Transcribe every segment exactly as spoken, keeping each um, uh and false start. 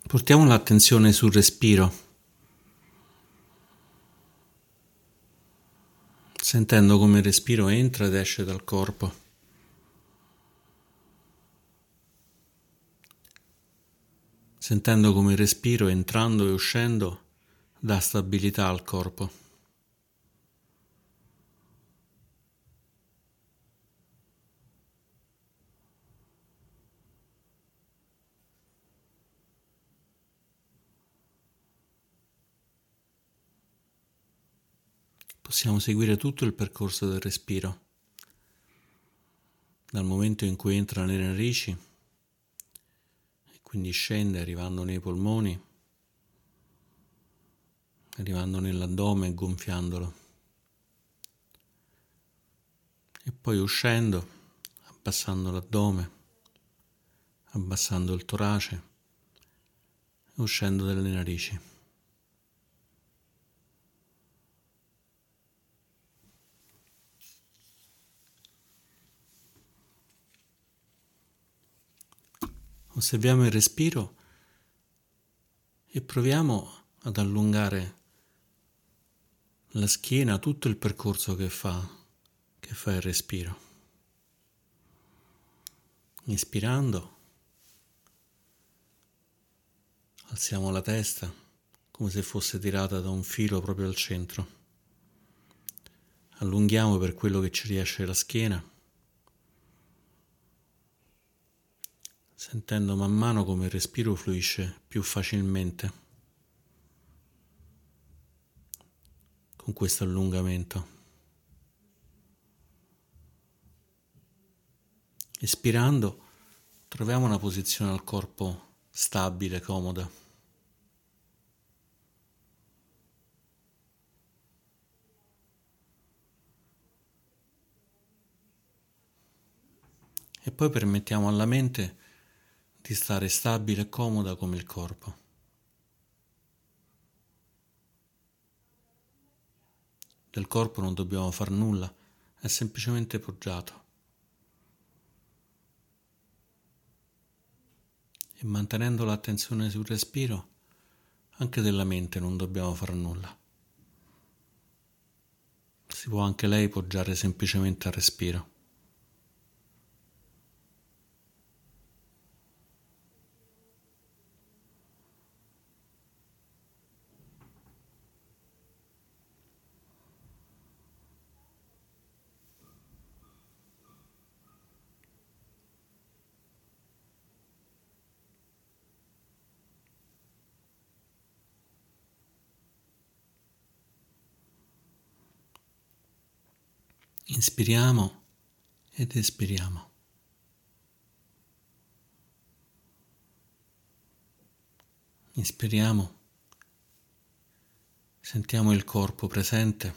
Portiamo l'attenzione sul respiro, sentendo come il respiro entra ed esce dal corpo. Sentendo come il respiro entrando e uscendo dà stabilità al corpo. Possiamo seguire tutto il percorso del respiro, dal momento in cui entra nelle narici e quindi scende arrivando nei polmoni, arrivando nell'addome e gonfiandolo, e poi uscendo, abbassando l'addome, abbassando il torace e uscendo dalle narici. Osserviamo il respiro e proviamo ad allungare la schiena, tutto il percorso che fa, che fa il respiro. Inspirando, alziamo la testa come se fosse tirata da un filo proprio al centro. Allunghiamo per quello che ci riesce la schiena, sentendo man mano come il respiro fluisce più facilmente con questo allungamento. Espirando, troviamo una posizione al corpo stabile, comoda. E poi permettiamo alla mente di stare stabile e comoda come il corpo. Del corpo non dobbiamo far nulla, è semplicemente poggiato. E mantenendo l'attenzione sul respiro, anche della mente non dobbiamo far nulla. Si può anche lei poggiare semplicemente al respiro. Inspiriamo ed espiriamo. Inspiriamo, sentiamo il corpo presente.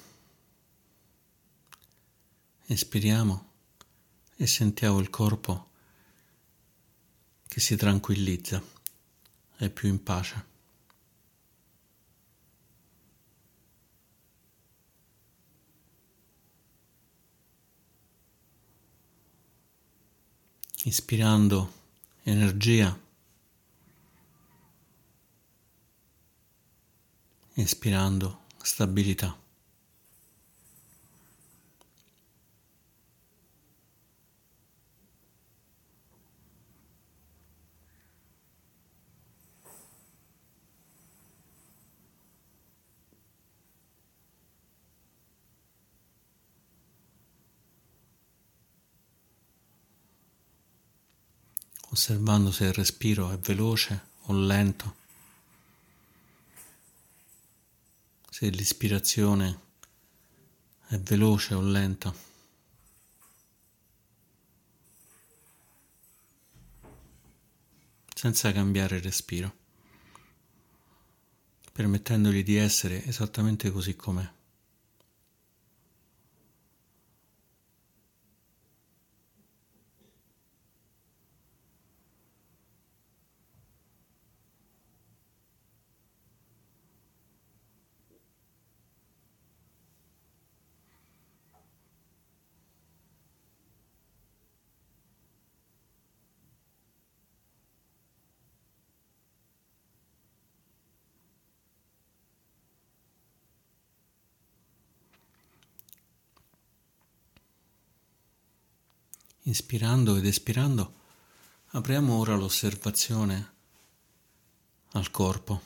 Espiriamo e sentiamo il corpo che si tranquillizza, è più in pace. Ispirando energia, espirando stabilità. Osservando se il respiro è veloce o lento, se l'ispirazione è veloce o lenta. Senza cambiare il respiro, permettendogli di essere esattamente così com'è. Inspirando ed espirando, apriamo ora l'osservazione al corpo.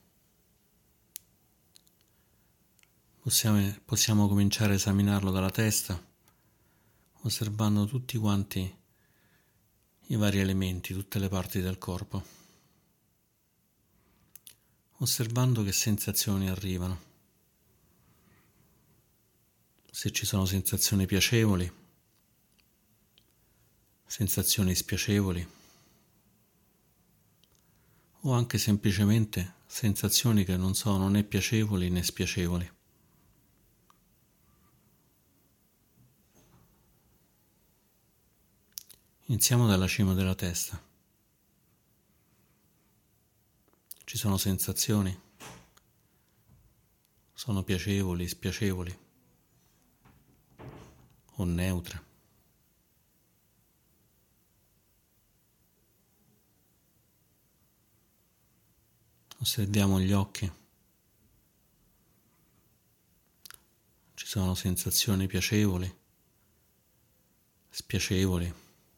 Possiamo, possiamo cominciare a esaminarlo dalla testa, osservando tutti quanti i vari elementi, tutte le parti del corpo, osservando che sensazioni arrivano, se ci sono sensazioni piacevoli, sensazioni spiacevoli o anche semplicemente sensazioni che non sono né piacevoli né spiacevoli. Iniziamo dalla cima della testa. Ci sono sensazioni? Sono piacevoli, spiacevoli o neutre? Osserviamo gli occhi. Ci sono sensazioni piacevoli, spiacevoli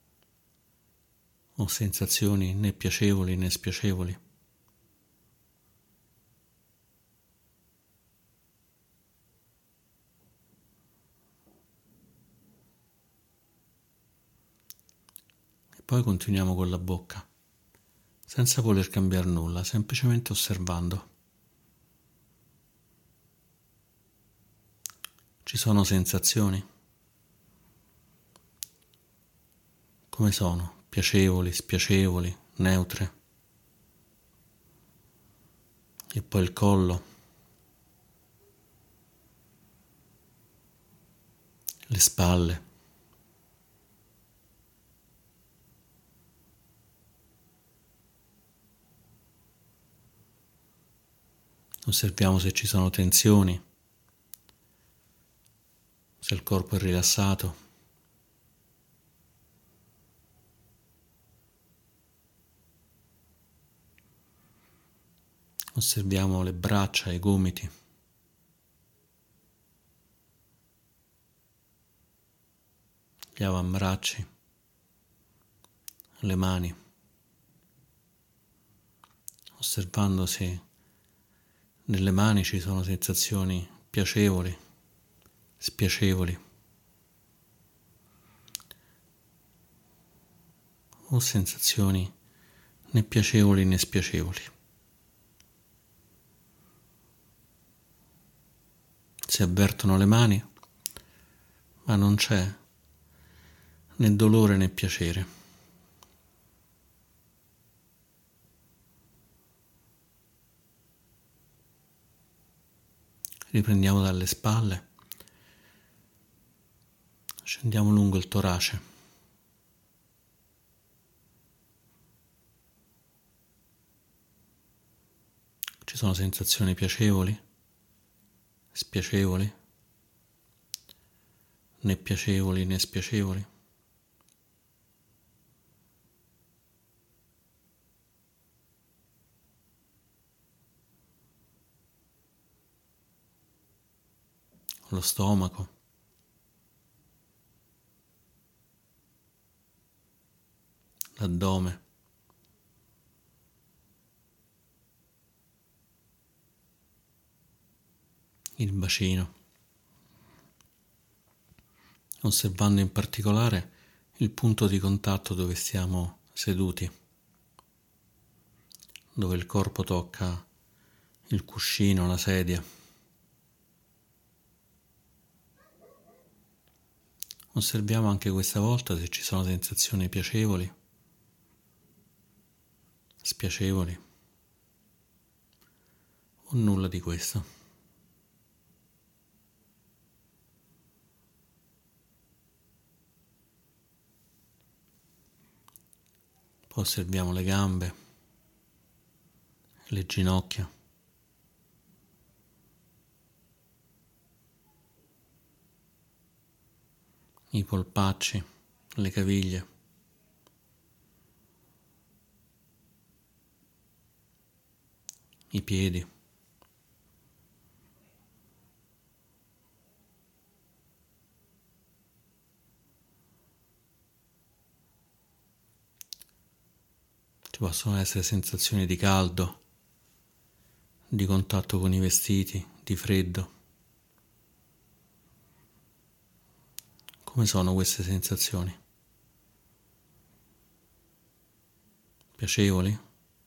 o sensazioni né piacevoli né spiacevoli? E poi continuiamo con la bocca, senza voler cambiare nulla, semplicemente osservando. Ci sono sensazioni? Come sono? Piacevoli, spiacevoli, neutre? E poi il collo, le spalle, osserviamo se ci sono tensioni, se il corpo è rilassato. Osserviamo le braccia, i gomiti, gli avambracci, le mani, osservando se nelle mani ci sono sensazioni piacevoli, spiacevoli o sensazioni né piacevoli né spiacevoli. Si avvertono le mani, ma non c'è né dolore né piacere. Riprendiamo dalle spalle, scendiamo lungo il torace. Ci sono sensazioni piacevoli, spiacevoli, né piacevoli né spiacevoli. Lo stomaco, l'addome, il bacino, osservando in particolare il punto di contatto dove stiamo seduti, dove il corpo tocca il cuscino, la sedia. Osserviamo anche questa volta se ci sono sensazioni piacevoli, spiacevoli o nulla di questo. Poi osserviamo le gambe, le ginocchia, i polpacci, le caviglie, i piedi, Ci possono essere sensazioni di caldo, di contatto con i vestiti, di freddo. Come sono queste sensazioni? Piacevoli?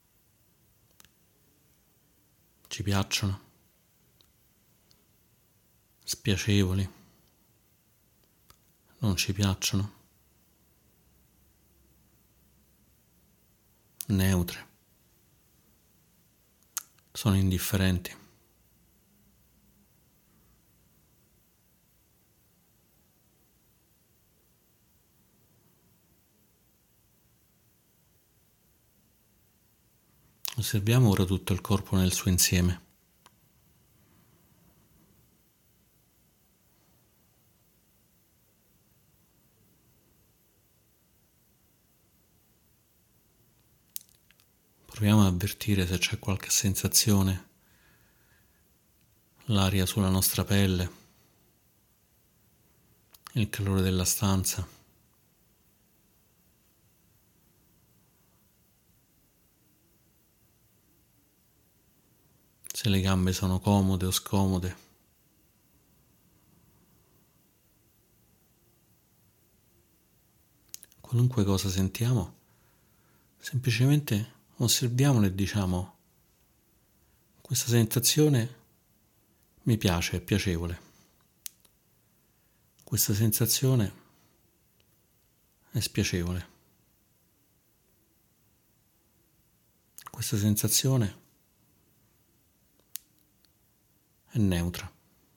Ci piacciono? Spiacevoli? Non ci piacciono? Neutre? Sono indifferenti? Osserviamo ora tutto il corpo nel suo insieme. Proviamo ad avvertire se c'è qualche sensazione, l'aria sulla nostra pelle, il calore della stanza. Se le gambe sono comode o scomode. Qualunque cosa sentiamo, semplicemente osserviamola e diciamo: questa sensazione mi piace, è piacevole. Questa sensazione è spiacevole. Questa sensazione è neutra.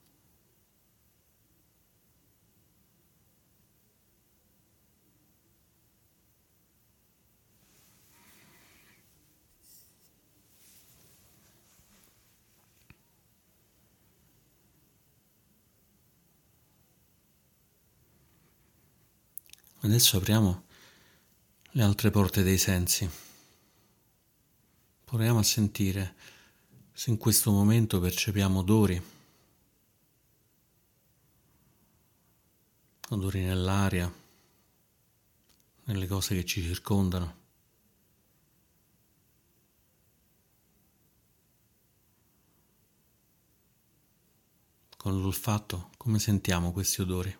Adesso apriamo le altre porte dei sensi. Proviamo a sentire se in questo momento percepiamo odori, odori nell'aria, nelle cose che ci circondano. Con l'olfatto, come sentiamo questi odori?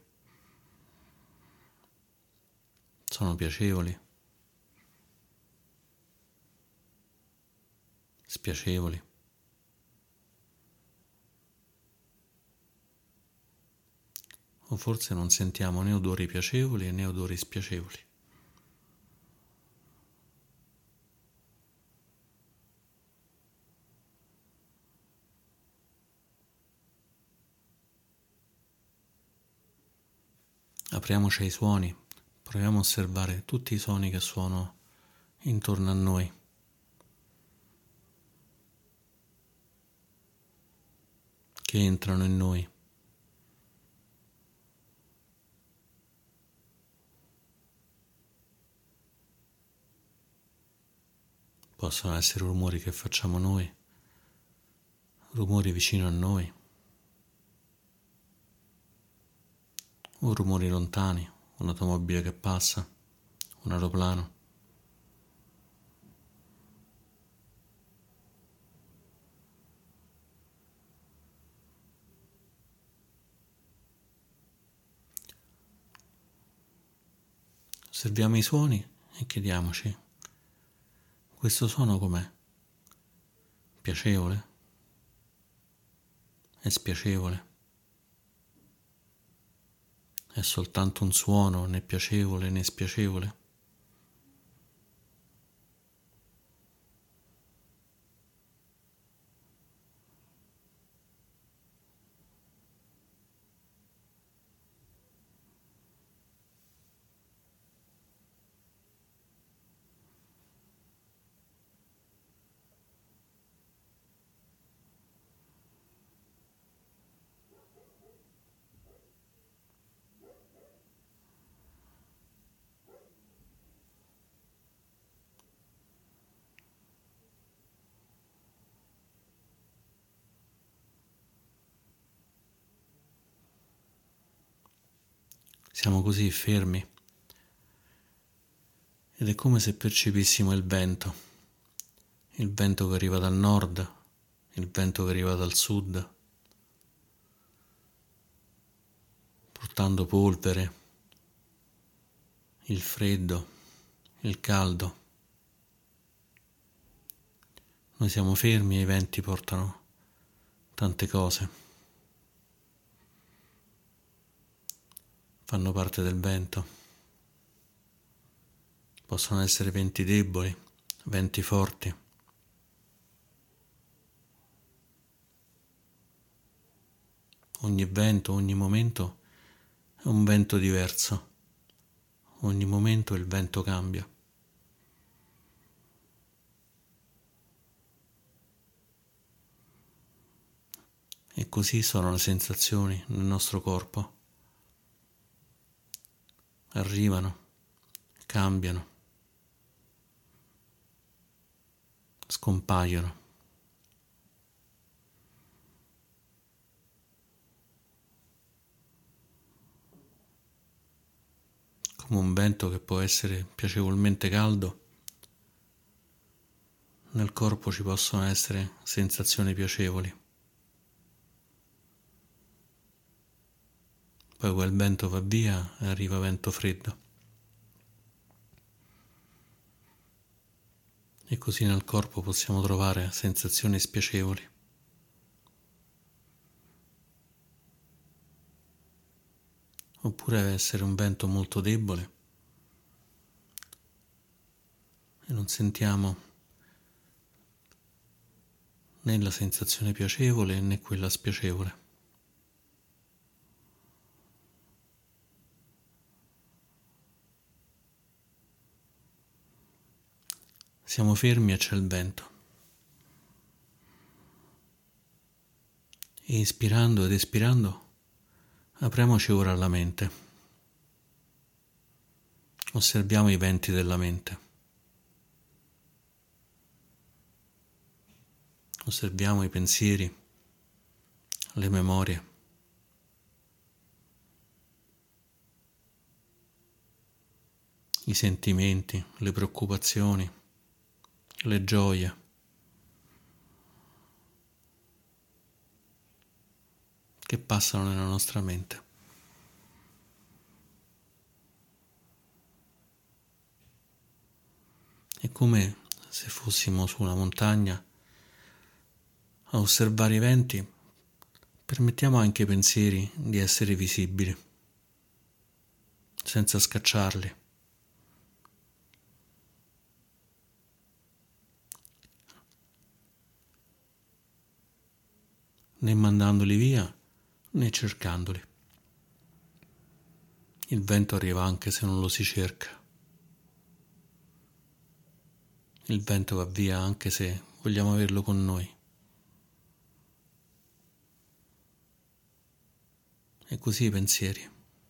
Sono piacevoli? Spiacevoli? O forse non sentiamo né odori piacevoli né odori spiacevoli? Apriamoci ai suoni, proviamo a osservare tutti i suoni che suonano intorno a noi. Che entrano in noi. Possono essere rumori che facciamo noi, rumori vicino a noi, o rumori lontani, un'automobile che passa, un aeroplano. Osserviamo i suoni e chiediamoci: questo suono com'è? Piacevole? È spiacevole? È soltanto un suono, né piacevole né spiacevole? Siamo così fermi ed è come se percepissimo il vento, il vento che arriva dal nord, il vento che arriva dal sud, portando polvere, il freddo, il caldo. Noi siamo fermi e i venti portano tante cose. Fanno parte del vento. Possono essere venti deboli, venti forti. Ogni vento, ogni momento è un vento diverso. Ogni momento il vento cambia. E così sono le sensazioni nel nostro corpo. Arrivano, cambiano, scompaiono. Come un vento che può essere piacevolmente caldo, nel corpo ci possono essere sensazioni piacevoli. Poi quel vento va via e arriva vento freddo. E così nel corpo possiamo trovare sensazioni spiacevoli. Oppure essere un vento molto debole e non sentiamo né la sensazione piacevole né quella spiacevole. Siamo fermi e c'è il vento. E ispirando ed espirando apriamoci ora alla mente. Osserviamo i venti della mente. Osserviamo i pensieri, le memorie. I sentimenti, le preoccupazioni, le gioie. Che passano nella nostra mente. È come se fossimo su una montagna a osservare i venti, permettiamo anche ai pensieri di essere visibili, senza scacciarli. Né mandandoli via, né cercandoli. Il vento arriva anche se non lo si cerca. Il vento va via anche se vogliamo averlo con noi. E così i pensieri.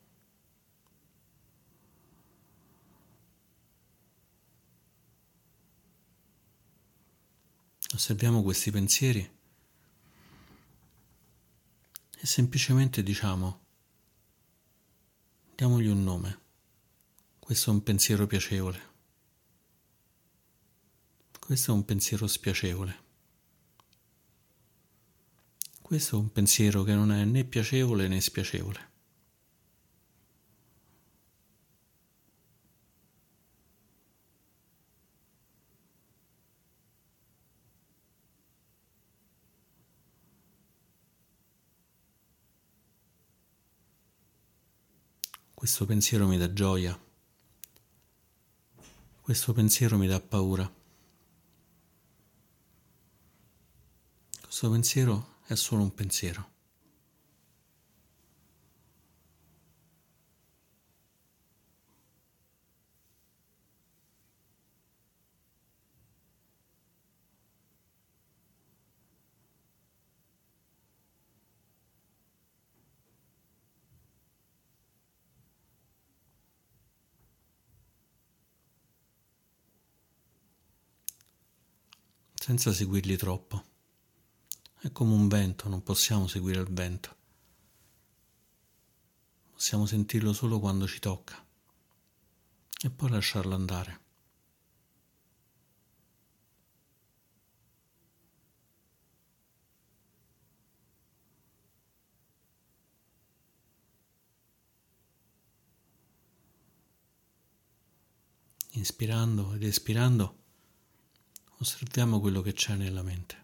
Osserviamo questi pensieri e semplicemente diciamo, diamogli un nome. Questo è un pensiero piacevole. Questo è un pensiero spiacevole. Questo è un pensiero che non è né piacevole né spiacevole. Questo pensiero mi dà gioia. Questo pensiero mi dà paura. Questo pensiero è solo un pensiero. Senza seguirli troppo. È come un vento, non possiamo seguire il vento. Possiamo sentirlo solo quando ci tocca e poi lasciarlo andare. Inspirando ed espirando, osserviamo quello che c'è nella mente.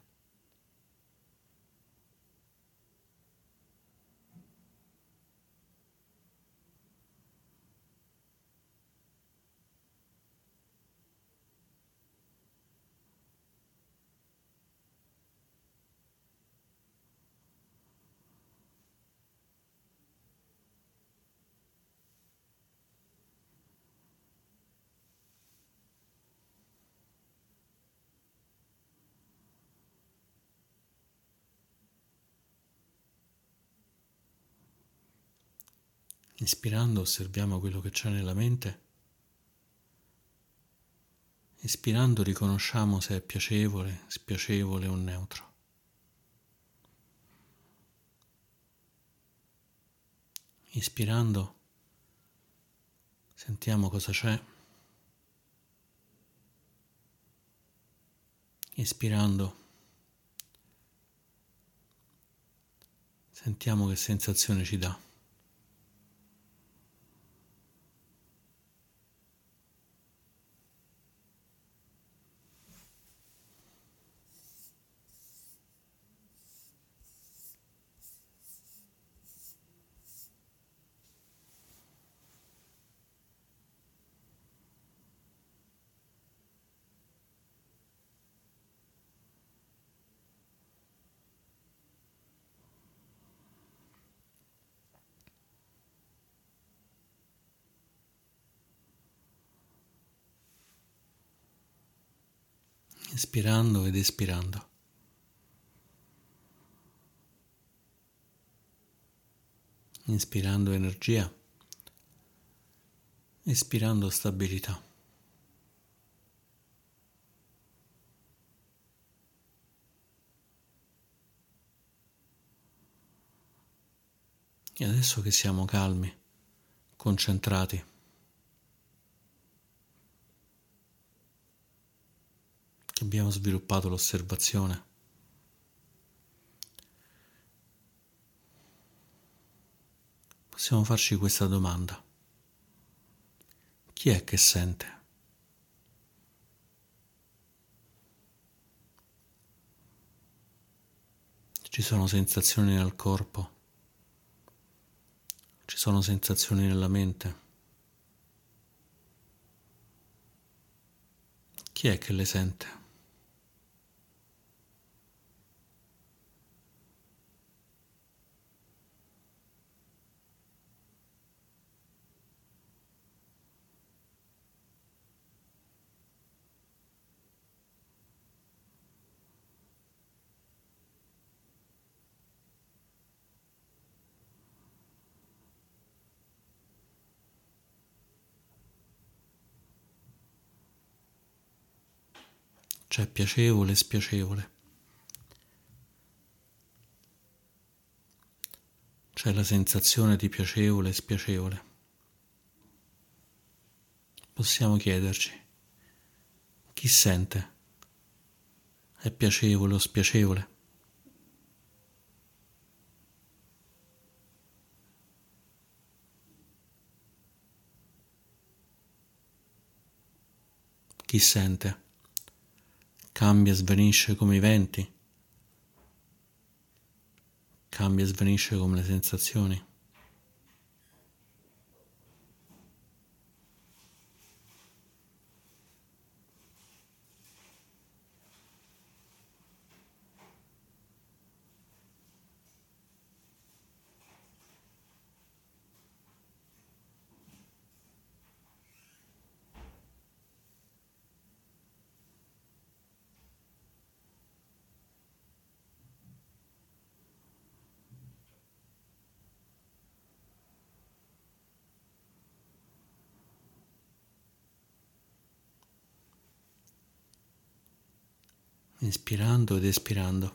Inspirando osserviamo quello che c'è nella mente. Espirando riconosciamo se è piacevole, spiacevole o neutro. Ispirando sentiamo cosa c'è. Espirando sentiamo che sensazione ci dà. Inspirando ed espirando. Inspirando energia, espirando stabilità. E adesso che siamo calmi, concentrati, che abbiamo sviluppato l'osservazione, possiamo farci questa domanda. Chi è che sente? Ci sono sensazioni nel corpo? Ci sono sensazioni nella mente? Chi è che le sente? C'è piacevole e spiacevole. C'è la sensazione di piacevole e spiacevole. Possiamo chiederci, chi sente? È piacevole o spiacevole? Chi sente? Cambia e svanisce come i venti? Cambia e svanisce come le sensazioni? Inspirando ed espirando.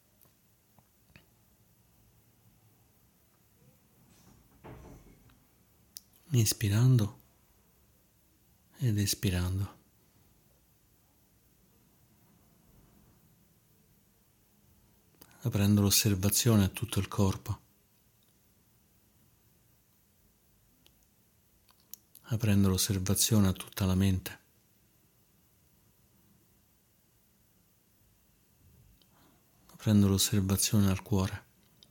Inspirando ed espirando. Aprendo l'osservazione a tutto il corpo. Aprendo l'osservazione a tutta la mente. Prendo l'osservazione al cuore.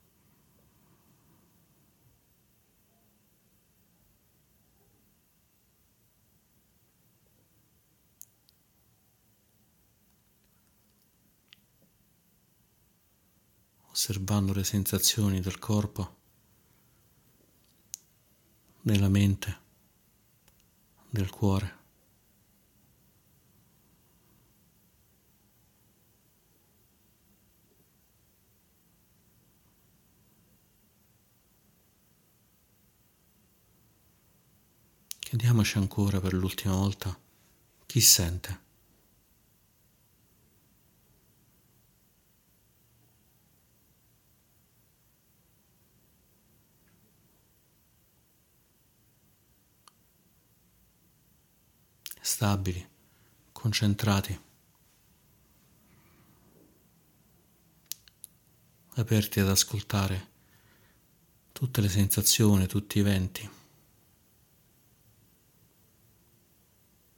Osservando le sensazioni del corpo, della mente, del cuore. Chiediamoci ancora per l'ultima volta chi sente. Stabili, concentrati, aperti ad ascoltare tutte le sensazioni, tutti i venti.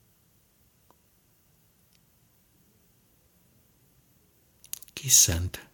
Chi sente?